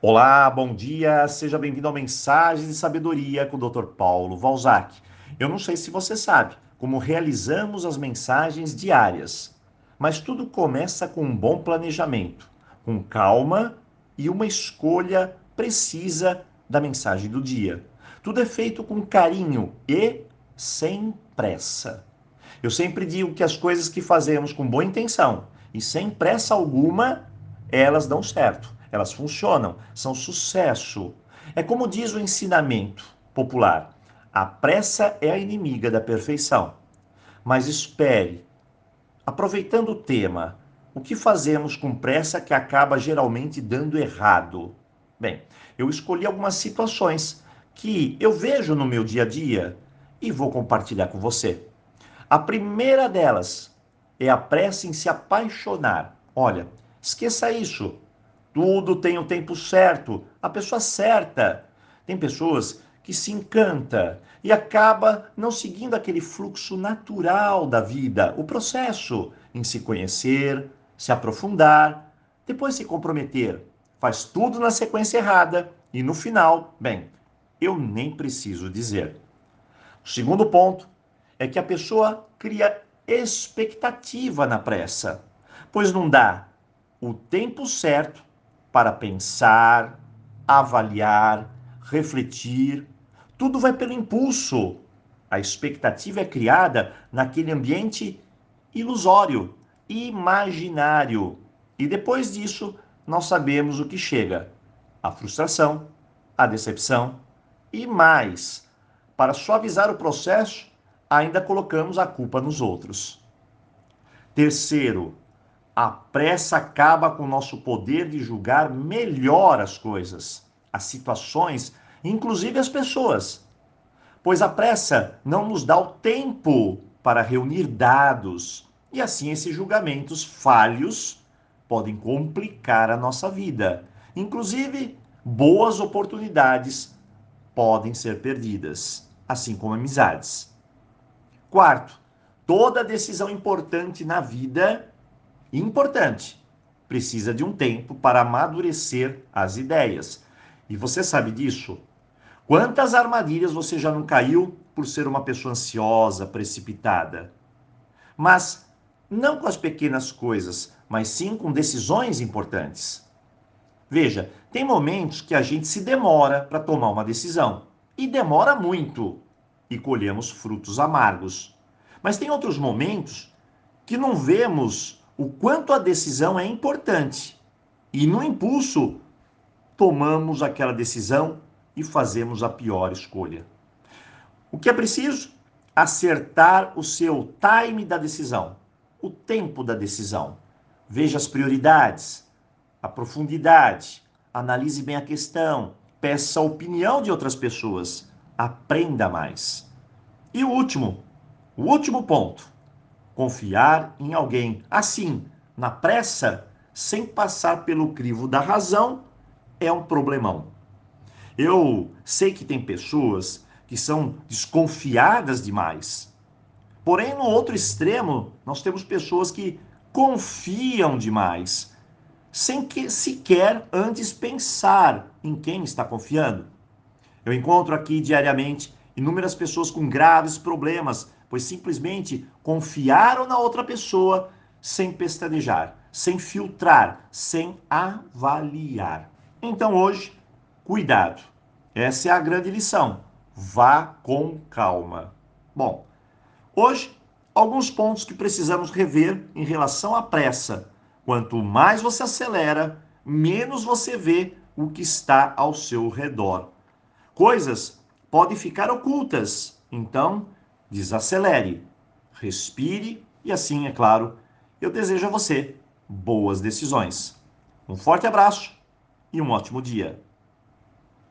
Olá, bom dia, seja bem-vindo ao Mensagens de Sabedoria com o Dr. Paulo Valzac. Eu não sei se você sabe como realizamos as mensagens diárias, mas tudo começa com um bom planejamento, com calma e uma escolha precisa da mensagem do dia. Tudo é feito com carinho e sem pressa. Eu sempre digo que as coisas que fazemos com boa intenção e sem pressa alguma, elas dão certo, elas funcionam, são sucesso. É como diz o ensinamento popular: a pressa é a inimiga da perfeição. Mas espere, aproveitando o tema, o que fazemos com pressa que acaba geralmente dando errado? Bem, eu escolhi algumas situações que eu vejo no meu dia a dia e vou compartilhar com você. A primeira delas é a pressa em se apaixonar. Olha, esqueça isso. Tudo tem o tempo certo, a pessoa certa. Tem pessoas que se encanta e acaba não seguindo aquele fluxo natural da vida, o processo em se conhecer, se aprofundar, depois se comprometer. Faz tudo na sequência errada e no final, bem, eu nem preciso dizer. O segundo ponto é que a pessoa cria expectativa na pressa, pois não dá o tempo certo para pensar, avaliar, refletir. Tudo vai pelo impulso. A expectativa é criada naquele ambiente ilusório, imaginário. E depois disso, nós sabemos o que chega: a frustração, a decepção e mais. Para suavizar o processo, ainda colocamos a culpa nos outros. Terceiro, a pressa acaba com o nosso poder de julgar melhor as coisas, as situações, inclusive as pessoas, pois a pressa não nos dá o tempo para reunir dados e assim esses julgamentos falhos podem complicar a nossa vida. Inclusive, boas oportunidades podem ser perdidas, assim como amizades. Quarto, toda decisão importante na vida, importante, precisa de um tempo para amadurecer as ideias. E você sabe disso? Quantas armadilhas você já não caiu por ser uma pessoa ansiosa, precipitada? Mas não com as pequenas coisas, mas sim com decisões importantes. Veja, tem momentos que a gente se demora para tomar uma decisão e demora muito e colhemos frutos amargos. Mas tem outros momentos que não vemos o quanto a decisão é importante e no impulso tomamos aquela decisão e fazemos a pior escolha. O que é preciso? Acertar o seu time da decisão, o tempo da decisão. Veja as prioridades, a profundidade, analise bem a questão, peça a opinião de outras pessoas, aprenda mais. E o último ponto, confiar em alguém. Assim, na pressa, sem passar pelo crivo da razão, é um problemão. Eu sei que tem pessoas que são desconfiadas demais. Porém, no outro extremo, nós temos pessoas que confiam demais, sem que sequer antes pensar em quem está confiando. Eu encontro aqui diariamente inúmeras pessoas com graves problemas, pois simplesmente confiaram na outra pessoa sem pestanejar, sem filtrar, sem avaliar. Então hoje, cuidado. Essa é a grande lição. Vá com calma. Bom, hoje, alguns pontos que precisamos rever em relação à pressa. Quanto mais você acelera, menos você vê o que está ao seu redor. Coisas podem ficar ocultas, então desacelere, respire e assim, é claro, eu desejo a você boas decisões. Um forte abraço e um ótimo dia.